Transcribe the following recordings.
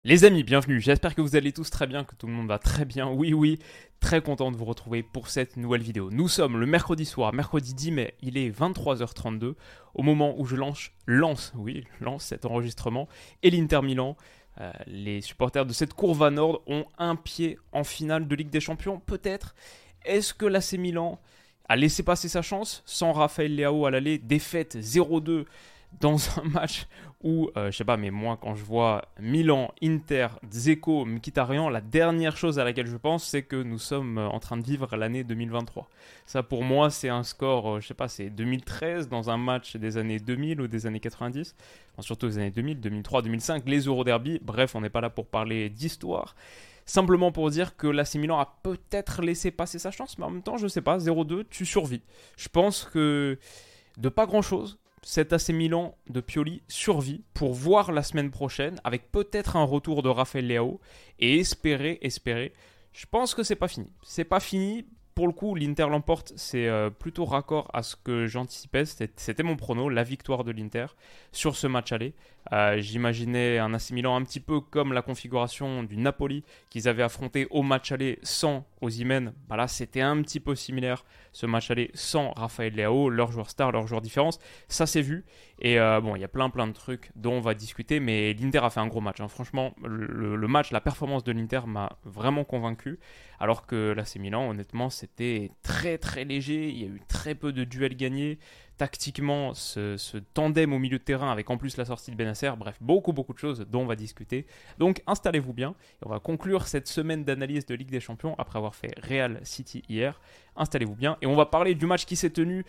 Les amis, bienvenue, j'espère que vous allez tous très bien, que tout le monde va très bien, oui, très content de vous retrouver pour cette nouvelle vidéo. Nous sommes le mercredi soir, mercredi 10 mai, il est 23h32, au moment où je lance cet enregistrement, et l'Inter Milan, les supporters de cette courva nord ont un pied en finale de Ligue des Champions, peut-être. Est-ce que l'AC Milan a laissé passer sa chance sans Raphaël Leao à l'aller, défaite 0-2 dans un match où, je sais pas, mais moi, quand je vois Milan, Inter, Dzeko, Mkhitaryan, la dernière chose à laquelle je pense, c'est que nous sommes en train de vivre l'année 2023. Ça, pour moi, c'est un score, je sais pas, c'est 2013 dans un match des années 2000 ou des années 90, enfin, surtout des années 2000, 2003, 2005, les Euro-Derby. Bref, on n'est pas là pour parler d'histoire. Simplement pour dire que l'AC Milan a peut-être laissé passer sa chance, mais en même temps, je sais pas, 0-2, tu survis. Je pense que de pas grand-chose, cet AC Milan de Pioli survit pour voir la semaine prochaine avec peut-être un retour de Raphaël Leao et espérer. Je pense que c'est pas fini. C'est pas fini. Pour le coup, l'Inter l'emporte, c'est plutôt raccord à ce que j'anticipais. C'était mon prono, la victoire de l'Inter sur ce match aller. J'imaginais un AC Milan un petit peu comme la configuration du Napoli qu'ils avaient affronté au match aller sans Osimhen. Bah là, c'était un petit peu similaire, ce match aller sans Raphaël Leao, leur joueur star, leur joueur différence. Ça s'est vu. Et bon, il y a plein de trucs dont on va discuter, mais l'Inter a fait un gros match, hein. Franchement, le match, la performance de l'Inter m'a vraiment convaincu. Alors que l'AC Milan, honnêtement, c'était très léger. Il y a eu très peu de duels gagnés. Tactiquement, ce tandem au milieu de terrain avec en plus la sortie de Benasser. Bref, beaucoup de choses dont on va discuter. Donc installez-vous bien. Et on va conclure cette semaine d'analyse de Ligue des Champions après avoir fait Real City hier. Installez-vous bien. Et on va parler du match qui s'est tenu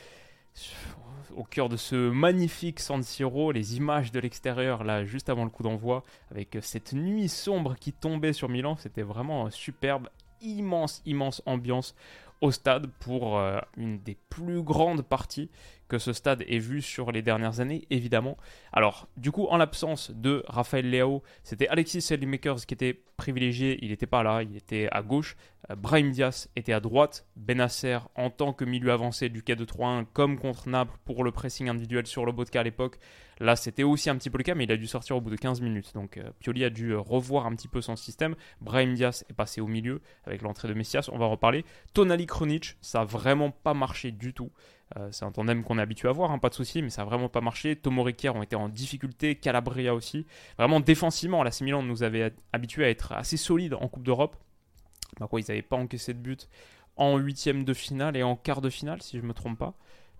au cœur de ce magnifique San Siro, les images de l'extérieur là juste avant le coup d'envoi avec cette nuit sombre qui tombait sur Milan, c'était vraiment superbe, immense ambiance au stade pour une des plus grandes parties que ce stade ait vu sur les dernières années, évidemment. Alors, du coup, en l'absence de Raphaël Leao, c'était Alexis Saelemaekers qui était privilégié, il n'était pas là, il était à gauche. Brahim Diaz était à droite. Benasser, en tant que milieu avancé du K2-3-1, comme contre Naples pour le pressing individuel sur Lobotka à l'époque, là c'était aussi un petit peu le cas, mais il a dû sortir au bout de 15 minutes. Donc Pioli a dû revoir un petit peu son système. Brahim Diaz est passé au milieu avec l'entrée de Messias, on va en reparler. Tonali Krunic, ça n'a vraiment pas marché du tout. C'est un tandem qu'on est habitué à voir, hein, pas de souci, mais ça n'a vraiment pas marché. Tomori Kjaer ont été en difficulté, Calabria aussi. Vraiment défensivement, l'AC Milan nous avait habitués à être assez solides en Coupe d'Europe. Bah quoi, ils n'avaient pas encaissé de but en huitième de finale et en quart de finale, si je ne me trompe pas.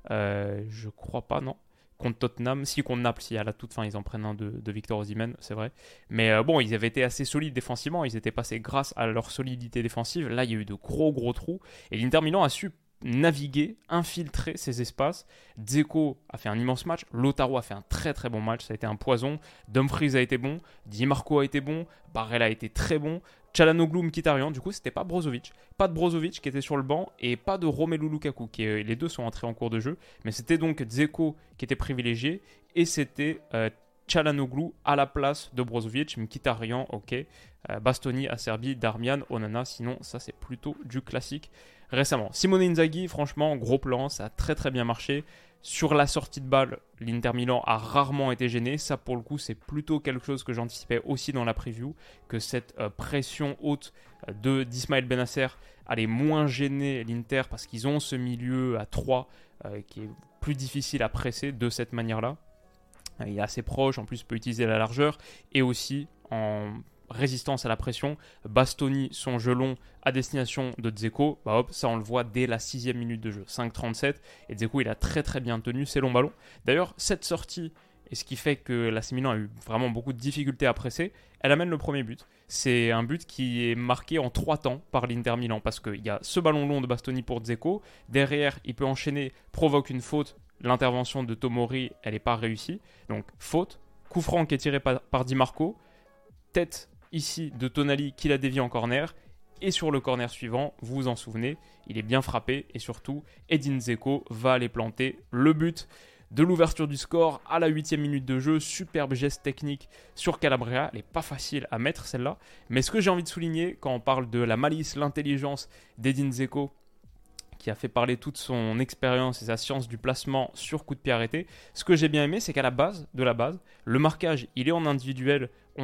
Je crois pas, non. Contre Tottenham, si contre Naples, si à la toute fin ils en prennent un de Victor Osimhen, c'est vrai. Mais bon, ils avaient été assez solides défensivement, ils étaient passés grâce à leur solidité défensive. Là, il y a eu de gros trous et l'Inter Milan a su naviguer, infiltrer ces espaces. Dzeko a fait un immense match, Lautaro a fait un très bon match, ça a été un poison. Dumfries a été bon, Di Marco a été bon, Barella a été très bon. Çalhanoğlu, Mkhitaryan, du coup c'était pas Brozovic. Pas de Brozovic qui était sur le banc et pas de Romelu Lukaku, les deux sont entrés en cours de jeu. Mais c'était donc Dzeko qui était privilégié et c'était Çalhanoğlu à la place de Brozovic, Mkhitaryan, ok. Bastoni, Acerbi, Darmian, Onana, sinon ça c'est plutôt du classique récemment. Simone Inzaghi, franchement, gros plan, ça a très bien marché. Sur la sortie de balle, l'Inter Milan a rarement été gêné. Ça, pour le coup, c'est plutôt quelque chose que j'anticipais aussi dans la preview, que cette pression haute d'Ismaël Benasser allait moins gêner l'Inter parce qu'ils ont ce milieu à 3 qui est plus difficile à presser de cette manière-là. Il est assez proche, en plus peut utiliser la largeur et aussi en résistance à la pression. Bastoni, son gelon à destination de Dzeko, bah hop, ça on le voit dès la 6e minute de jeu, 5,37, et Dzeko il a très bien tenu ces longs ballons. D'ailleurs, cette sortie, et ce qui fait que l'AC Milan a eu vraiment beaucoup de difficultés à presser, elle amène le premier but. C'est un but qui est marqué en 3 temps par l'Inter Milan, parce qu'il y a ce ballon long de Bastoni pour Dzeko, derrière il peut enchaîner, provoque une faute, l'intervention de Tomori, elle n'est pas réussie, donc faute, coup franc qui est tiré par Di Marco, tête ici de Tonali qui la dévie en corner, et sur le corner suivant, vous vous en souvenez, il est bien frappé, et surtout, Edin Dzeko va aller planter le but de l'ouverture du score à la 8e minute de jeu. Superbe geste technique sur Calabria, elle n'est pas facile à mettre celle-là, mais ce que j'ai envie de souligner quand on parle de la malice, l'intelligence d'Edin Dzeko, qui a fait parler toute son expérience et sa science du placement sur coup de pied arrêté. Ce que j'ai bien aimé, c'est qu'à la base, le marquage, il est en individuel. On a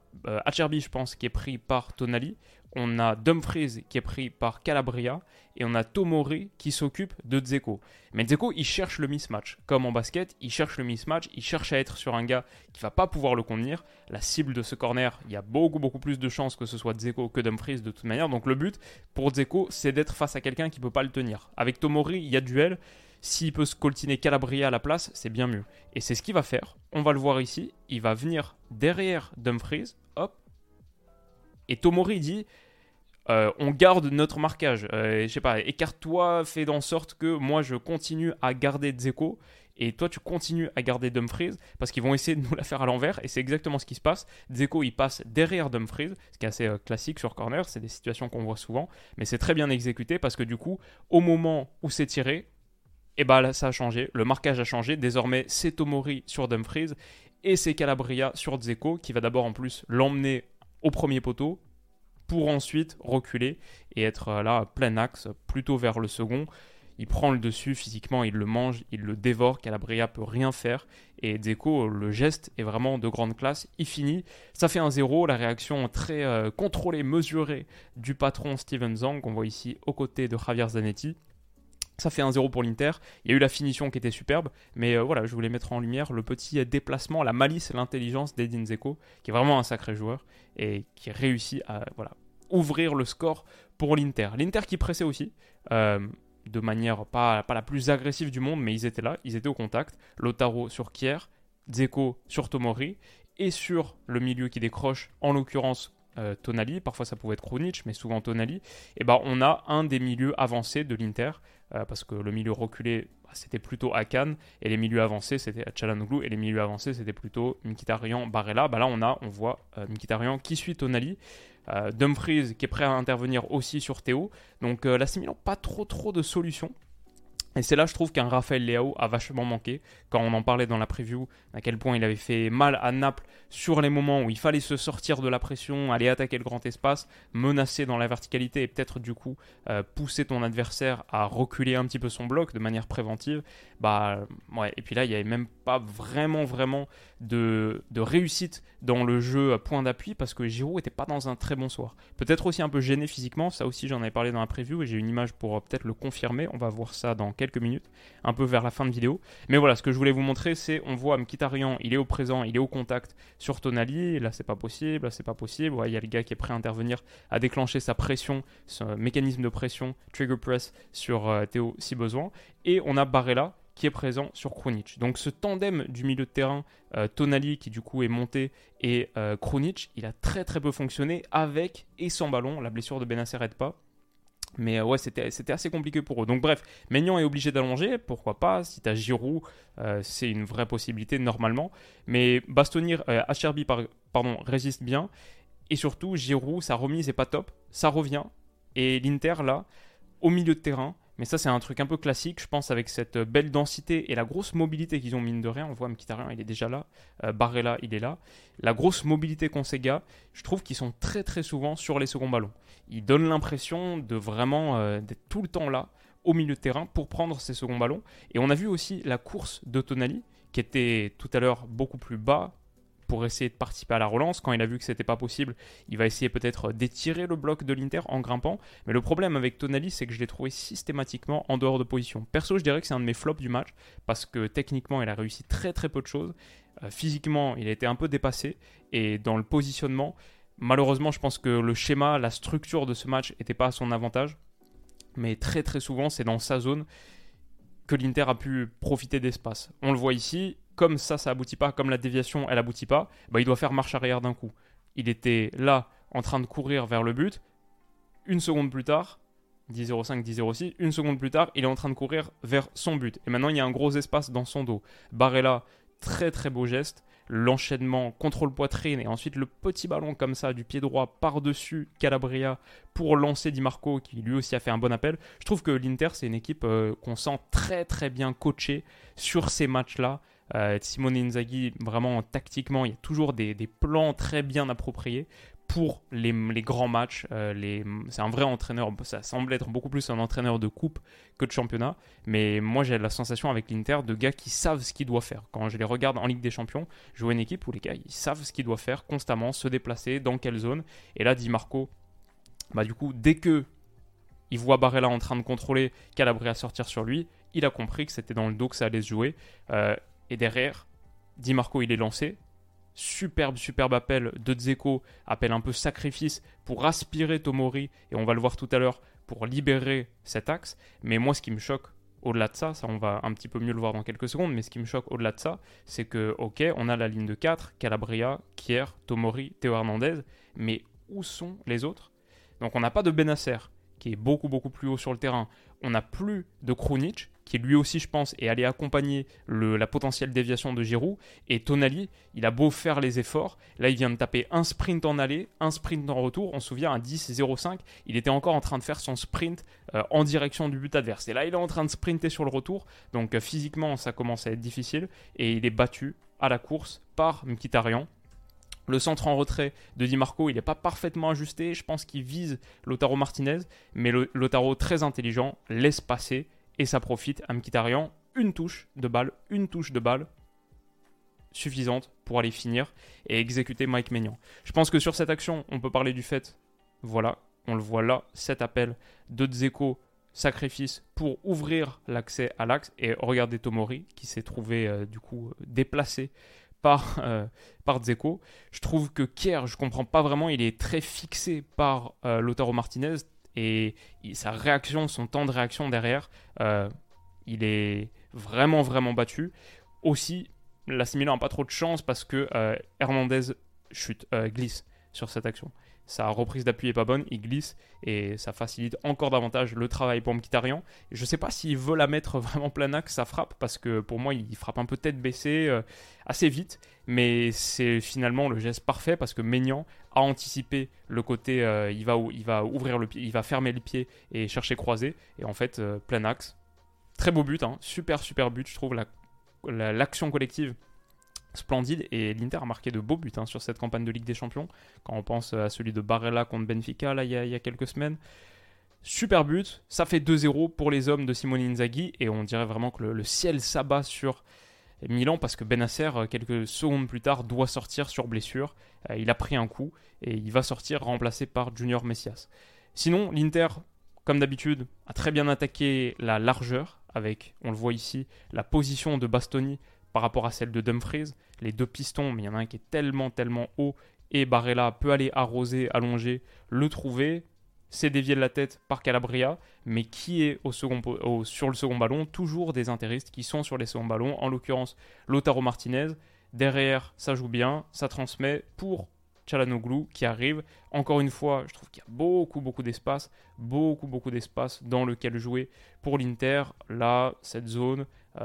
Acerbi, je pense, qui est pris par Tonali. On a Dumfries qui est pris par Calabria. Et on a Tomori qui s'occupe de Dzeko. Mais Dzeko, il cherche le mismatch. Comme en basket, il cherche le mismatch. Il cherche à être sur un gars qui ne va pas pouvoir le contenir. La cible de ce corner, il y a beaucoup plus de chances que ce soit Dzeko que Dumfries de toute manière. Donc le but pour Dzeko, c'est d'être face à quelqu'un qui ne peut pas le tenir. Avec Tomori, il y a duel. S'il peut se coltiner Calabria à la place, c'est bien mieux. Et c'est ce qu'il va faire. On va le voir ici. Il va venir derrière Dumfries. Hop. Et Tomori dit... on garde notre marquage. Je sais pas, écarte-toi, fais en sorte que moi je continue à garder Dzeko et toi tu continues à garder Dumfries parce qu'ils vont essayer de nous la faire à l'envers et c'est exactement ce qui se passe. Dzeko il passe derrière Dumfries, ce qui est assez classique sur corner, c'est des situations qu'on voit souvent, mais c'est très bien exécuté parce que du coup, au moment où c'est tiré, et bah là, ça a changé, le marquage a changé. Désormais, c'est Tomori sur Dumfries et c'est Calabria sur Dzeko qui va d'abord en plus l'emmener au premier poteau pour ensuite reculer et être là plein axe, plutôt vers le second. Il prend le dessus physiquement, il le mange, il le dévore, Calabria peut rien faire. Et Dzeko, le geste est vraiment de grande classe. Il finit, ça fait 1-0, la réaction très contrôlée, mesurée du patron Steven Zhang, qu'on voit ici aux côtés de Javier Zanetti. Ça fait 1-0 pour l'Inter. Il y a eu la finition qui était superbe. Mais voilà, je voulais mettre en lumière le petit déplacement, la malice et l'intelligence d'Edin Dzeko, qui est vraiment un sacré joueur et qui réussit à ouvrir le score pour l'Inter. L'Inter qui pressait aussi, de manière pas la plus agressive du monde, mais ils étaient là, ils étaient au contact. Lautaro sur Kier, Dzeko sur Tomori, et sur le milieu qui décroche, en l'occurrence Tonali, parfois ça pouvait être Krunic, mais souvent Tonali, et ben on a un des milieux avancés de l'Inter, parce que le milieu reculé c'était plutôt Akan, et les milieux avancés c'était Çalhanoğlu, et les milieux avancés c'était plutôt Mkhitaryan, Barella. Là on voit Mkhitaryan qui suit Tonali, Dumfries qui est prêt à intervenir aussi sur Théo, donc l'AC Milan pas trop de solutions. Et c'est là, je trouve, qu'un Rafael Leao a vachement manqué. Quand on en parlait dans la preview, à quel point il avait fait mal à Naples sur les moments où il fallait se sortir de la pression, aller attaquer le grand espace, menacer dans la verticalité et peut-être du coup pousser ton adversaire à reculer un petit peu son bloc de manière préventive. Et puis là, il n'y avait même pas vraiment de réussite dans le jeu à point d'appui parce que Giroud n'était pas dans un très bon soir. Peut-être aussi un peu gêné physiquement, ça aussi j'en avais parlé dans la preview et j'ai une image pour peut-être le confirmer. On va voir ça dans quelques minutes, un peu vers la fin de vidéo. Mais voilà, ce que je voulais vous montrer, c'est on voit Mkhitaryan, il est au présent, il est au contact sur Tonali. Là, c'est pas possible, là, c'est pas possible. Ouais, il y a le gars qui est prêt à intervenir, à déclencher sa pression, son mécanisme de pression, trigger press sur Théo si besoin. Et on a Barella qui est présent sur Krunic. Donc ce tandem du milieu de terrain, Tonali qui du coup est monté et Krunic, il a très peu fonctionné avec et sans ballon. La blessure de Benacer aide pas. Mais ouais, c'était assez compliqué pour eux. Donc bref, Maignan est obligé d'allonger, pourquoi pas. Si tu as Giroud, c'est une vraie possibilité normalement. Mais Bastoni, Acerbi résiste bien. Et surtout, Giroud, sa remise n'est pas top. Ça revient. Et l'Inter, là, au milieu de terrain, mais ça c'est un truc un peu classique, je pense, avec cette belle densité et la grosse mobilité qu'ils ont, mine de rien. On voit Mkhitaryan, il est déjà là, Barella, il est là. La grosse mobilité qu'ont ces gars, je trouve qu'ils sont très souvent sur les seconds ballons. Ils donnent l'impression de vraiment d'être tout le temps là, au milieu de terrain, pour prendre ces seconds ballons. Et on a vu aussi la course de Tonali, qui était tout à l'heure beaucoup plus bas, pour essayer de participer à la relance. Quand il a vu que c'était pas possible, il va essayer peut-être d'étirer le bloc de l'Inter en grimpant. Mais le problème avec Tonali, c'est que je l'ai trouvé systématiquement en dehors de position. Perso, je dirais que c'est un de mes flops du match, parce que techniquement, il a réussi très peu de choses. Physiquement, il a été un peu dépassé. Et dans le positionnement, malheureusement, je pense que le schéma, la structure de ce match n'était pas à son avantage. Mais très souvent, c'est dans sa zone que l'Inter a pu profiter d'espace. On le voit ici, comme ça aboutit pas, comme la déviation, elle aboutit pas, il doit faire marche arrière d'un coup. Il était là, en train de courir vers le but. Une seconde plus tard, 10-0-5, 10-0-6, une seconde plus tard, il est en train de courir vers son but. Et maintenant, il y a un gros espace dans son dos. Barella, très beau geste. L'enchaînement, contrôle poitrine et ensuite le petit ballon comme ça du pied droit par-dessus Calabria pour lancer Di Marco qui lui aussi a fait un bon appel. Je trouve que l'Inter c'est une équipe qu'on sent très bien coachée sur ces matchs-là. Simone Inzaghi, vraiment tactiquement, il y a toujours des plans très bien appropriés pour les grands matchs. C'est un vrai entraîneur, ça semble être beaucoup plus un entraîneur de coupe que de championnat, mais moi j'ai la sensation avec l'Inter de gars qui savent ce qu'ils doivent faire. Quand je les regarde en Ligue des Champions, je vois une équipe où les gars ils savent ce qu'ils doivent faire constamment, se déplacer, dans quelle zone. Et là, Di Marco, du coup, dès que il voit Barella en train de contrôler Calabria sortir sur lui, il a compris que c'était dans le dos que ça allait se jouer. Et derrière, Di Marco il est lancé. Superbe appel de Dzeko, appel un peu sacrifice pour aspirer Tomori, et on va le voir tout à l'heure, pour libérer cet axe. Mais moi, ce qui me choque au-delà de ça, on va un petit peu mieux le voir dans quelques secondes, mais ce qui me choque au-delà de ça, c'est que, ok, on a la ligne de 4, Calabria, Kier, Tomori, Théo Hernandez, mais où sont les autres? Donc on n'a pas de Bennacer, qui est beaucoup plus haut sur le terrain. On n'a plus de Krunic, qui lui aussi, je pense, est allé accompagner la potentielle déviation de Giroud. Et Tonali, il a beau faire les efforts. Là, il vient de taper un sprint en aller, un sprint en retour. On se souvient, à 10-0-5, il était encore en train de faire son sprint en direction du but adverse. Et là, il est en train de sprinter sur le retour. Donc, physiquement, ça commence à être difficile. Et il est battu à la course par Mkhitaryan. Le centre en retrait de Di Marco, il n'est pas parfaitement ajusté. Je pense qu'il vise Lautaro Martinez. Mais Lautaro, très intelligent, laisse passer. Et ça profite à Mkhitaryan. Une touche de balle suffisante pour aller finir et exécuter Mike Maignan. Je pense que sur cette action, on peut parler du fait, voilà, on le voit là, cet appel de Dzeko, sacrifice pour ouvrir l'accès à l'axe. Et regardez Tomori qui s'est trouvé déplacé par Dzeko. Je trouve que Kier, je ne comprends pas vraiment, il est très fixé par Lautaro Martinez. Et sa réaction, son temps de réaction derrière, il est vraiment battu. Aussi, l'AC Milan n'a pas trop de chance parce que Hernandez glisse sur cette action. Sa reprise d'appui n'est pas bonne, il glisse et ça facilite encore davantage le travail pour Mkhitaryan. Je ne sais pas s'il veut la mettre vraiment plein axe, sa frappe, parce que pour moi, il frappe un peu tête baissée assez vite. Mais c'est finalement le geste parfait parce que Maignan a anticipé le côté, il va ouvrir le pied, il va fermer le pied et chercher croisé. Et en fait, plein axe. Très beau but, super but, je trouve l'action collective splendide, et l'Inter a marqué de beaux buts sur cette campagne de Ligue des Champions, quand on pense à celui de Barella contre Benfica là, il y a quelques semaines. Super but, ça fait 2-0 pour les hommes de Simone Inzaghi, et on dirait vraiment que le ciel s'abat sur Milan parce que Bennacer, quelques secondes plus tard, doit sortir sur blessure. Il a pris un coup et il va sortir remplacé par Junior Messias. Sinon, l'Inter, comme d'habitude, a très bien attaqué la largeur avec, on le voit ici, la position de Bastoni par rapport à celle de Dumfries. Les deux pistons, mais il y en a un qui est tellement haut, et Barella peut aller arroser, allonger, le trouver. C'est dévié de la tête par Calabria, mais qui est sur le second ballon? Toujours des interistes qui sont sur les seconds ballons, en l'occurrence Lautaro Martinez. Derrière, ça joue bien, ça transmet pour Çalhanoğlu qui arrive. Encore une fois, je trouve qu'il y a beaucoup d'espace, beaucoup d'espace dans lequel jouer pour l'Inter. Là, cette zone,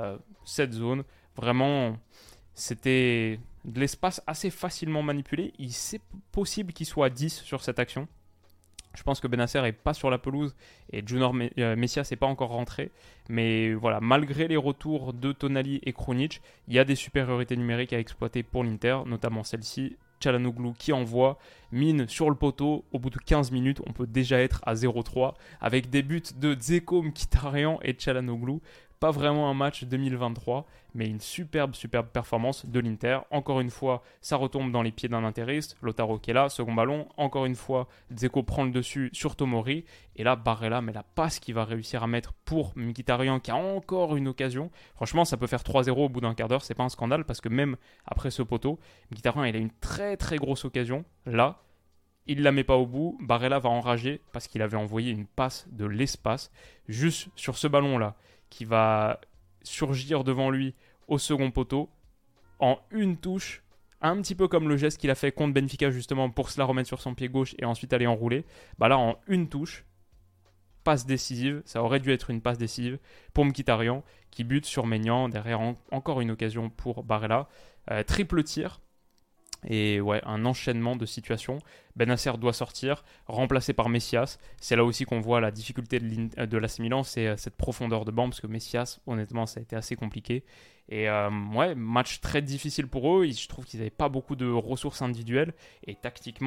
vraiment, c'était de l'espace assez facilement manipulé. C'est possible qu'il soit à 10 sur cette action. Je pense que Bennacer n'est pas sur la pelouse et Junior Messias n'est pas encore rentré. Mais voilà, malgré les retours de Tonali et Krunic, il y a des supériorités numériques à exploiter pour l'Inter, notamment celle-ci. Çalhanoğlu qui envoie, mine sur le poteau. Au bout de 15 minutes, on peut déjà être à 0-3 avec des buts de Dzeko, Mkhitaryan et Çalhanoğlu. Pas vraiment un match 2023, mais une superbe performance de l'Inter. Encore une fois, ça retombe dans les pieds d'un interiste. Lautaro qui est là, second ballon. Encore une fois, Dzeko prend le dessus sur Tomori. Et là, Barella, mais la passe qu'il va réussir à mettre pour Mkhitaryan qui a encore une occasion. Franchement, ça peut faire 3-0 au bout d'un quart d'heure. C'est pas un scandale parce que même après ce poteau, Mkhitaryan, il a une très grosse occasion. Là, il ne la met pas au bout. Barella va enrager parce qu'il avait envoyé une passe de l'espace juste sur ce ballon-là, qui va surgir devant lui au second poteau en une touche, un petit peu comme le geste qu'il a fait contre Benfica justement pour se la remettre sur son pied gauche et ensuite aller enrouler. Là, en une touche, passe décisive, ça aurait dû être une passe décisive pour Mkhitaryan qui bute sur Maignan. Derrière, encore une occasion pour Barella. Triple tir. Et ouais, un enchaînement de situations. Bennacer doit sortir, remplacé par Messias. C'est là aussi qu'on voit la difficulté de l'AC Milan, c'est cette profondeur de banc, parce que Messias, honnêtement, ça a été assez compliqué. Et match très difficile pour eux. Je trouve qu'ils n'avaient pas beaucoup de ressources individuelles. Et tactiquement,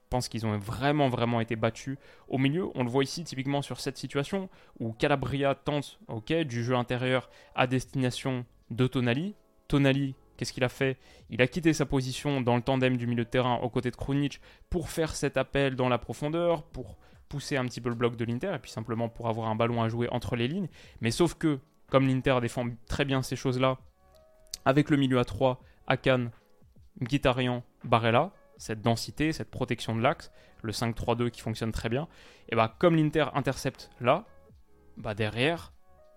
pense qu'ils ont vraiment été battus au milieu. On le voit ici typiquement sur cette situation où Calabria tente du jeu intérieur à destination de Tonali. Tonali, qu'est-ce qu'il a fait? Il a quitté sa position dans le tandem du milieu de terrain aux côtés de Krunic pour faire cet appel dans la profondeur, pour pousser un petit peu le bloc de l'Inter et puis simplement pour avoir un ballon à jouer entre les lignes. Mais sauf que, comme l'Inter défend très bien ces choses-là, avec le milieu à 3, Akan, Mkhitaryan, Barella, cette densité, cette protection de l'axe, le 5-3-2 qui fonctionne très bien, et bah comme l'Inter intercepte là, bah derrière,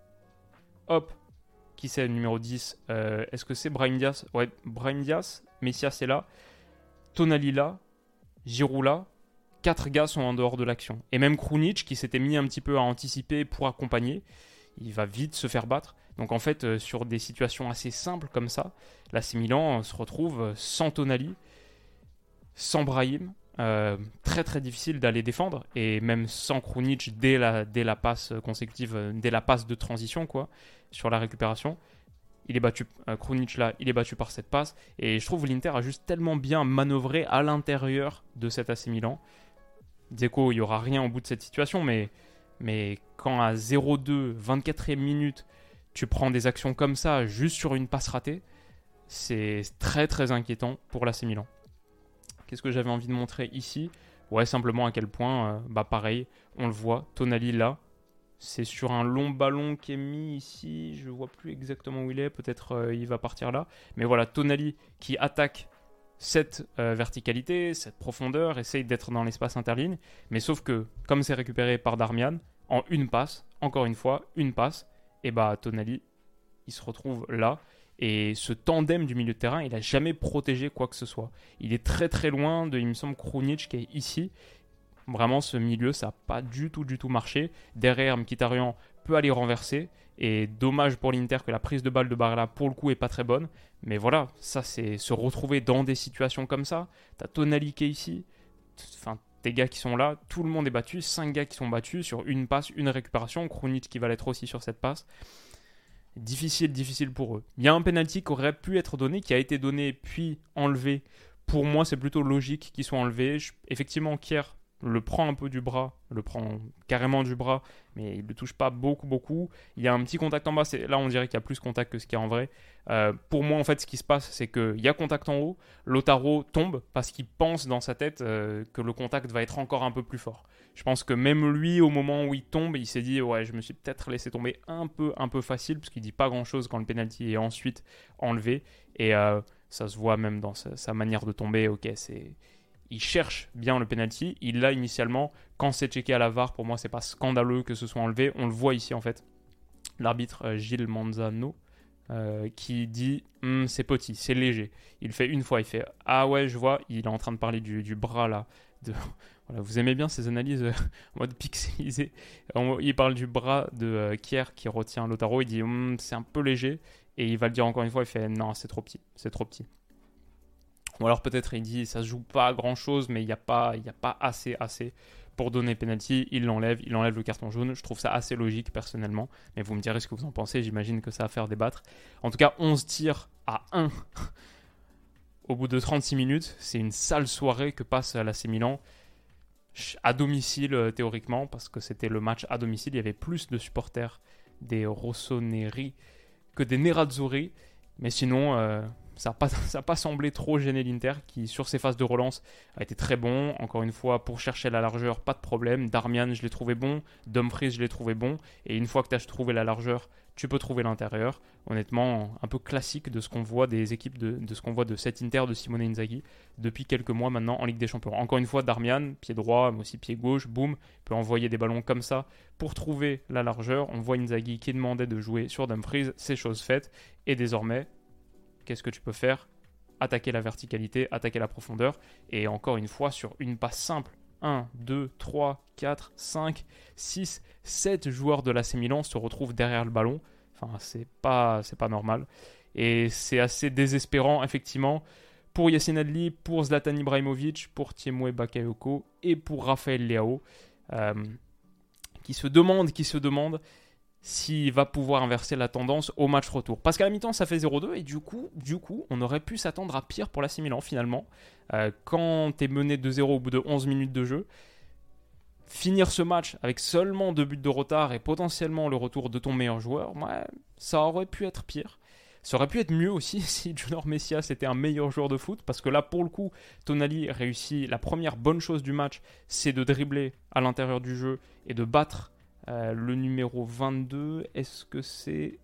hop, qui c'est le numéro 10 Est-ce que c'est Brahim Diaz? Ouais, Brahim Diaz, Messias est là, Tonali là, Giroud là, 4 gars sont en dehors de l'action. Et même Krunic qui s'était mis un petit peu à anticiper pour accompagner, il va vite se faire battre. Donc en fait, sur des situations assez simples comme ça, l'AC Milan se retrouve sans Tonali, sans Brahim, très difficile d'aller défendre, et même sans Krunic dès la passe consécutive, dès la passe de transition quoi, sur la récupération. Il est battu, Krunic là, il est battu par cette passe, et je trouve que l'Inter a juste tellement bien manœuvré à l'intérieur de cet AC Milan. Dzeko, il n'y aura rien au bout de cette situation, mais quand à 0-2, 24e minute, tu prends des actions comme ça juste sur une passe ratée, c'est très inquiétant pour l'AC Milan. Qu'est-ce que j'avais envie de montrer ici? Ouais, simplement à quel point, pareil, on le voit, Tonali là, c'est sur un long ballon qui est mis ici, je vois plus exactement où il est, peut-être il va partir là. Mais voilà, Tonali qui attaque cette verticalité, cette profondeur, essaye d'être dans l'espace interligne, mais sauf que, comme c'est récupéré par Darmian, en une passe, encore une fois, une passe, et bah Tonali, il se retrouve là. Et ce tandem du milieu de terrain, il n'a jamais protégé quoi que ce soit. Il est très loin de, il me semble, Krunic qui est ici. Vraiment, ce milieu, ça n'a pas du tout marché. Derrière, Mkhitaryan peut aller renverser. Et dommage pour l'Inter que la prise de balle de Barella, pour le coup, est pas très bonne. Mais voilà, ça, c'est se retrouver dans des situations comme ça. T'as Tonali qui est ici. Enfin, des gars qui sont là. Tout le monde est battu. 5 gars qui sont battus sur une passe, une récupération. Krunic qui va l'être aussi sur cette passe. Difficile pour eux. Il y a un penalty qui aurait pu être donné, qui a été donné puis enlevé. Pour moi, c'est plutôt logique qu'il soit enlevé. Effectivement, Kier le prend un peu du bras, le prend carrément du bras, mais il ne le touche pas beaucoup. Il y a un petit contact en bas, là on dirait qu'il y a plus contact que ce qu'il y a en vrai. Pour moi, en fait, ce qui se passe, c'est qu'il y a contact en haut, Lautaro tombe parce qu'il pense dans sa tête que le contact va être encore un peu plus fort. Je pense que même lui, au moment où il tombe, il s'est dit « Ouais, je me suis peut-être laissé tomber un peu facile », parce qu'il ne dit pas grand-chose quand le penalty est ensuite enlevé. Et ça se voit même dans sa manière de tomber. Ok, il cherche bien le penalty. Il l'a initialement. Quand c'est checké à la VAR, pour moi, c'est pas scandaleux que ce soit enlevé. On le voit ici, en fait. L'arbitre Gilles Manzano qui dit c'est petit, c'est léger. Il fait une fois, il fait ah ouais, je vois. Il est en train de parler du bras là. Voilà, vous aimez bien ces analyses en mode pixelisé. Il parle du bras de Kier qui retient Lautaro. Il dit c'est un peu léger. Et il va le dire encore une fois. Il fait non, c'est trop petit. Ou alors peut-être il dit ça se joue pas à grand chose, mais il n'y a pas assez pour donner penalty. Il l'enlève le carton jaune. Je trouve ça assez logique personnellement, mais vous me direz ce que vous en pensez. J'imagine que ça va faire débattre. En tout cas, 11 tirs à 1 au bout de 36 minutes. C'est une sale soirée que passe l'AC Milan à domicile théoriquement, parce que c'était le match à domicile. Il y avait plus de supporters des Rossoneri que des Nerazzurri, mais sinon ça n'a pas semblé trop gêner l'Inter, qui sur ses phases de relance a été très bon. Encore une fois, pour chercher la largeur, pas de problème. Darmian, je l'ai trouvé bon. Dumfries, je l'ai trouvé bon. Et une fois que tu as trouvé la largeur, tu peux trouver l'intérieur. Honnêtement, un peu classique de ce qu'on voit des équipes, de ce qu'on voit de cet Inter de Simone Inzaghi depuis quelques mois maintenant en Ligue des Champions. Encore une fois, Darmian, pied droit, mais aussi pied gauche, boum, peut envoyer des ballons comme ça pour trouver la largeur. On voit Inzaghi qui demandait de jouer sur Dumfries, c'est chose faite. Et désormais, qu'est-ce que tu peux faire? Attaquer la verticalité, attaquer la profondeur. Et encore une fois, sur une passe simple, 1, 2, 3, 4, 5, 6, 7 joueurs de l'AC Milan se retrouvent derrière le ballon. Enfin, c'est pas normal. Et c'est assez désespérant, effectivement, pour Yacine Adli, pour Zlatan Ibrahimovic, pour Tiemoué Bakayoko et pour Raphaël Leao, qui se demandent s'il va pouvoir inverser la tendance au match retour. Parce qu'à la mi-temps, ça fait 0-2 et du coup, on aurait pu s'attendre à pire pour l'AC Milan finalement. Quand tu es mené 2-0 au bout de 11 minutes de jeu, finir ce match avec seulement 2 buts de retard et potentiellement le retour de ton meilleur joueur, ouais, ça aurait pu être pire. Ça aurait pu être mieux aussi si Junior Messias était un meilleur joueur de foot, parce que là, pour le coup, Tonali réussit. La première bonne chose du match, c'est de dribbler à l'intérieur du jeu et de battre le numéro 22. Est-ce que c'est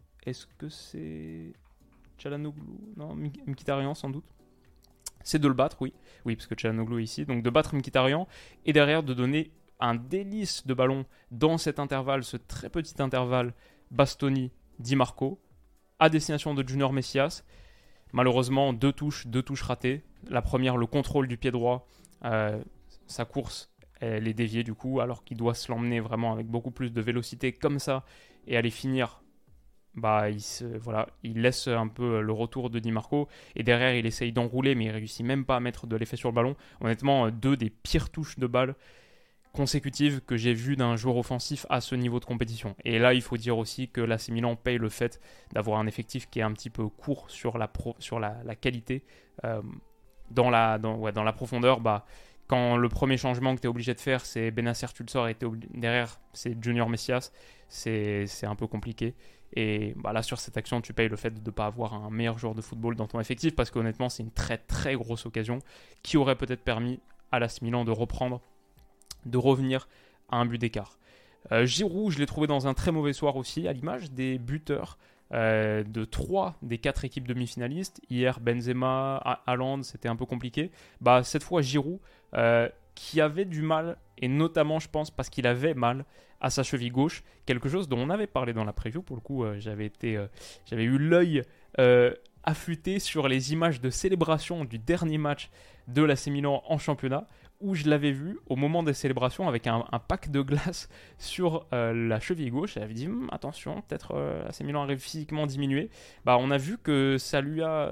Çalhanoğlu? Non, Mkhitaryan sans doute. C'est de le battre, oui. Oui, parce que Çalhanoğlu est ici. Donc de battre Mkhitaryan et derrière de donner un délice de ballon dans cet intervalle, ce très petit intervalle Bastoni-Di Marco, à destination de Junior Messias. Malheureusement, deux touches ratées. La première, le contrôle du pied droit. Sa course, elle est déviée du coup, alors qu'il doit se l'emmener vraiment avec beaucoup plus de vélocité comme ça et aller finir. Il laisse un peu le retour de Di Marco et derrière il essaye d'enrouler mais il réussit même pas à mettre de l'effet sur le ballon. Honnêtement, deux des pires touches de balle consécutives que j'ai vues d'un joueur offensif à ce niveau de compétition. Et là, il faut dire aussi que l'AC Milan paye le fait d'avoir un effectif qui est un petit peu court sur la qualité. Dans la profondeur, quand le premier changement que tu es obligé de faire, c'est Benacer, tu le sors, et derrière, c'est Junior Messias, c'est un peu compliqué. Et là, sur cette action, tu payes le fait de ne pas avoir un meilleur joueur de football dans ton effectif, parce qu'honnêtement, c'est une très très grosse occasion qui aurait peut-être permis à l'AC Milan de revenir à un but d'écart. Giroud, je l'ai trouvé dans un très mauvais soir aussi, à l'image des buteurs de 3 des 4 équipes demi-finalistes. Hier, Benzema, Haaland, c'était un peu compliqué. Cette fois, Giroud, qui avait du mal, et notamment, je pense, parce qu'il avait mal à sa cheville gauche, quelque chose dont on avait parlé dans la preview. Pour le coup, j'avais eu l'œil affûté sur les images de célébration du dernier match de l'AC Milan en championnat, où je l'avais vu au moment des célébrations avec un pack de glace sur la cheville gauche. J'avais dit attention, peut-être l'AC Milan arrive physiquement diminué. On a vu que ça lui a,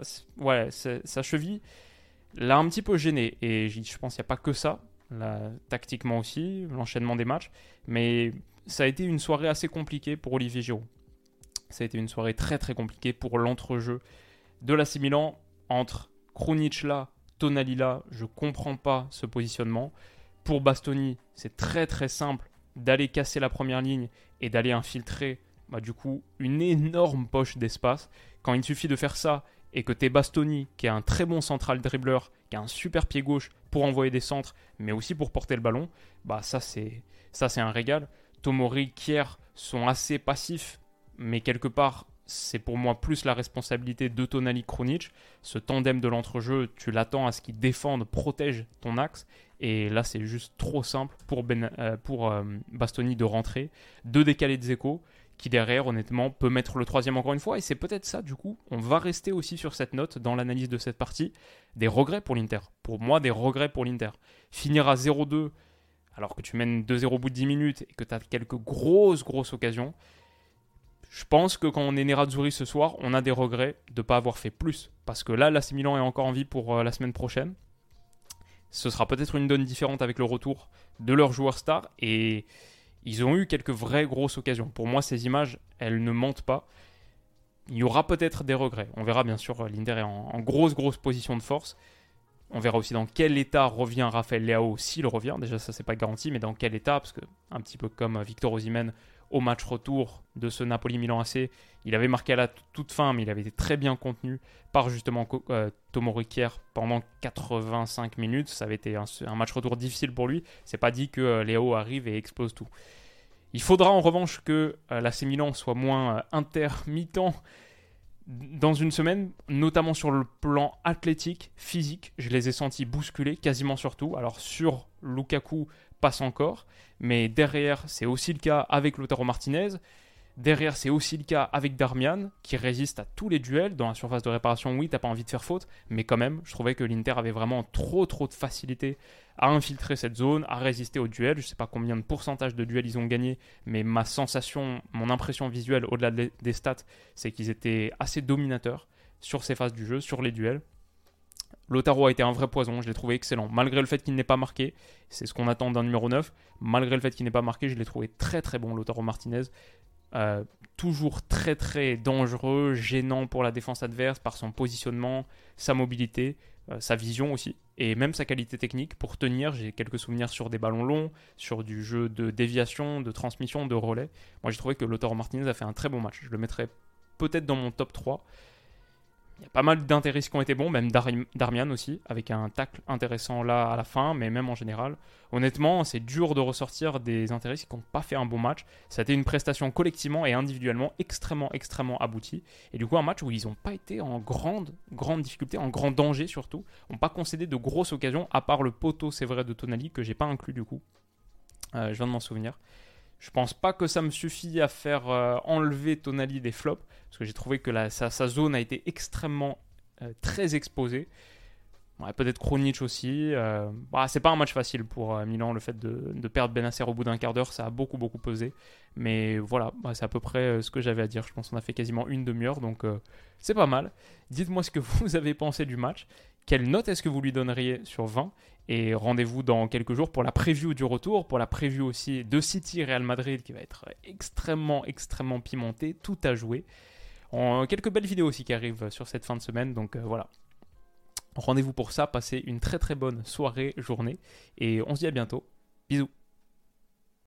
sa cheville l'a un petit peu gêné, et je pense qu'il n'y a pas que ça, tactiquement aussi, l'enchaînement des matchs, mais ça a été une soirée assez compliquée pour Olivier Giroud. Ça a été une soirée très très compliquée pour l'entrejeu de l'AC Milan entre Krunic là, Tonali là. Je comprends pas ce positionnement. Pour Bastoni, c'est très très simple d'aller casser la première ligne et d'aller infiltrer du coup une énorme poche d'espace. Quand il suffit de faire ça et que t'es Bastoni, qui est un très bon central dribbleur, qui a un super pied gauche pour envoyer des centres, mais aussi pour porter le ballon, ça c'est un régal. Tomori, Kier sont assez passifs, mais quelque part, c'est pour moi plus la responsabilité de Tonali Krunic. Ce tandem de l'entrejeu, tu l'attends à ce qu'il défende, protège ton axe, et là c'est juste trop simple pour Bastoni de rentrer, de décaler Dzeko, qui derrière, honnêtement, peut mettre le troisième encore une fois. Et c'est peut-être ça, du coup, on va rester aussi sur cette note dans l'analyse de cette partie. Des regrets pour l'Inter. Pour moi, des regrets pour l'Inter. Finir à 0-2, alors que tu mènes 2-0 au bout de 10 minutes et que tu as quelques grosses occasions. Je pense que quand on est Nerazzurri ce soir, on a des regrets de ne pas avoir fait plus. Parce que là, l'AC Milan est encore en vie pour la semaine prochaine. Ce sera peut-être une donne différente avec le retour de leurs joueurs stars. Et ils ont eu quelques vraies grosses occasions. Pour moi, ces images, elles ne mentent pas. Il y aura peut-être des regrets. On verra bien sûr, l'Inter est en grosse position de force. On verra aussi dans quel état revient Raphaël Leao, s'il revient. Déjà, ça, c'est pas garanti, mais dans quel état, parce que un petit peu comme Victor Osimhen au match retour de ce Napoli-Milan AC, il avait marqué à la toute fin, mais il avait été très bien contenu par justement Tomori Kier pendant 85 minutes. Ça avait été un match retour difficile pour lui. C'est pas dit que Leao arrive et explose tout. Il faudra en revanche que l'AC Milan soit moins intermittent dans une semaine, notamment sur le plan athlétique, physique. Je les ai sentis bousculés, quasiment sur tout. Alors sur Lukaku, passe encore, mais derrière, c'est aussi le cas avec Lautaro Martinez. Derrière, c'est aussi le cas avec Darmian, qui résiste à tous les duels. Dans la surface de réparation, oui, t'as pas envie de faire faute, mais quand même, je trouvais que l'Inter avait vraiment trop de facilité à infiltrer cette zone, à résister aux duels. Je sais pas combien de pourcentage de duels ils ont gagné, mais ma sensation, mon impression visuelle, au-delà des stats, c'est qu'ils étaient assez dominateurs sur ces phases du jeu, sur les duels. Lautaro a été un vrai poison, je l'ai trouvé excellent. Malgré le fait qu'il n'ait pas marqué, c'est ce qu'on attend d'un numéro 9. Malgré le fait qu'il n'ait pas marqué, je l'ai trouvé très très bon, Lautaro Martinez. Toujours très très dangereux, gênant pour la défense adverse par son positionnement, sa mobilité, sa vision aussi, et même sa qualité technique pour tenir. J'ai quelques souvenirs sur des ballons longs, sur du jeu de déviation, de transmission, de relais. Moi j'ai trouvé que Lautaro Martinez a fait un très bon match. Je le mettrais peut-être dans mon top 3. Il y a pas mal d'intérêts qui ont été bons, même Darmian aussi, avec un tacle intéressant là à la fin, mais même en général. Honnêtement, c'est dur de ressortir des intérêts qui n'ont pas fait un bon match. Ça a été une prestation collectivement et individuellement extrêmement aboutie. Et du coup, un match où ils n'ont pas été en grande difficulté, en grand danger surtout. Ils n'ont pas concédé de grosses occasions, à part le poteau, c'est vrai, de Tonali, que j'ai pas inclus du coup. Je viens de m'en souvenir. Je pense pas que ça me suffit à faire enlever Tonali des flops, parce que j'ai trouvé que sa zone a été extrêmement très exposée. Ouais, peut-être Krunic aussi. C'est pas un match facile pour Milan, le fait de perdre Bennacer au bout d'un quart d'heure, ça a beaucoup pesé. Mais voilà, c'est à peu près ce que j'avais à dire. Je pense qu'on a fait quasiment une demi-heure, donc c'est pas mal. Dites-moi ce que vous avez pensé du match. Quelle note est-ce que vous lui donneriez sur 20 ? Et rendez-vous dans quelques jours pour la preview du retour, pour la preview aussi de City Real Madrid qui va être extrêmement pimentée, tout à jouer. Quelques belles vidéos aussi qui arrivent sur cette fin de semaine, donc voilà. Rendez-vous pour ça, passez une très bonne soirée, journée, et on se dit à bientôt. Bisous.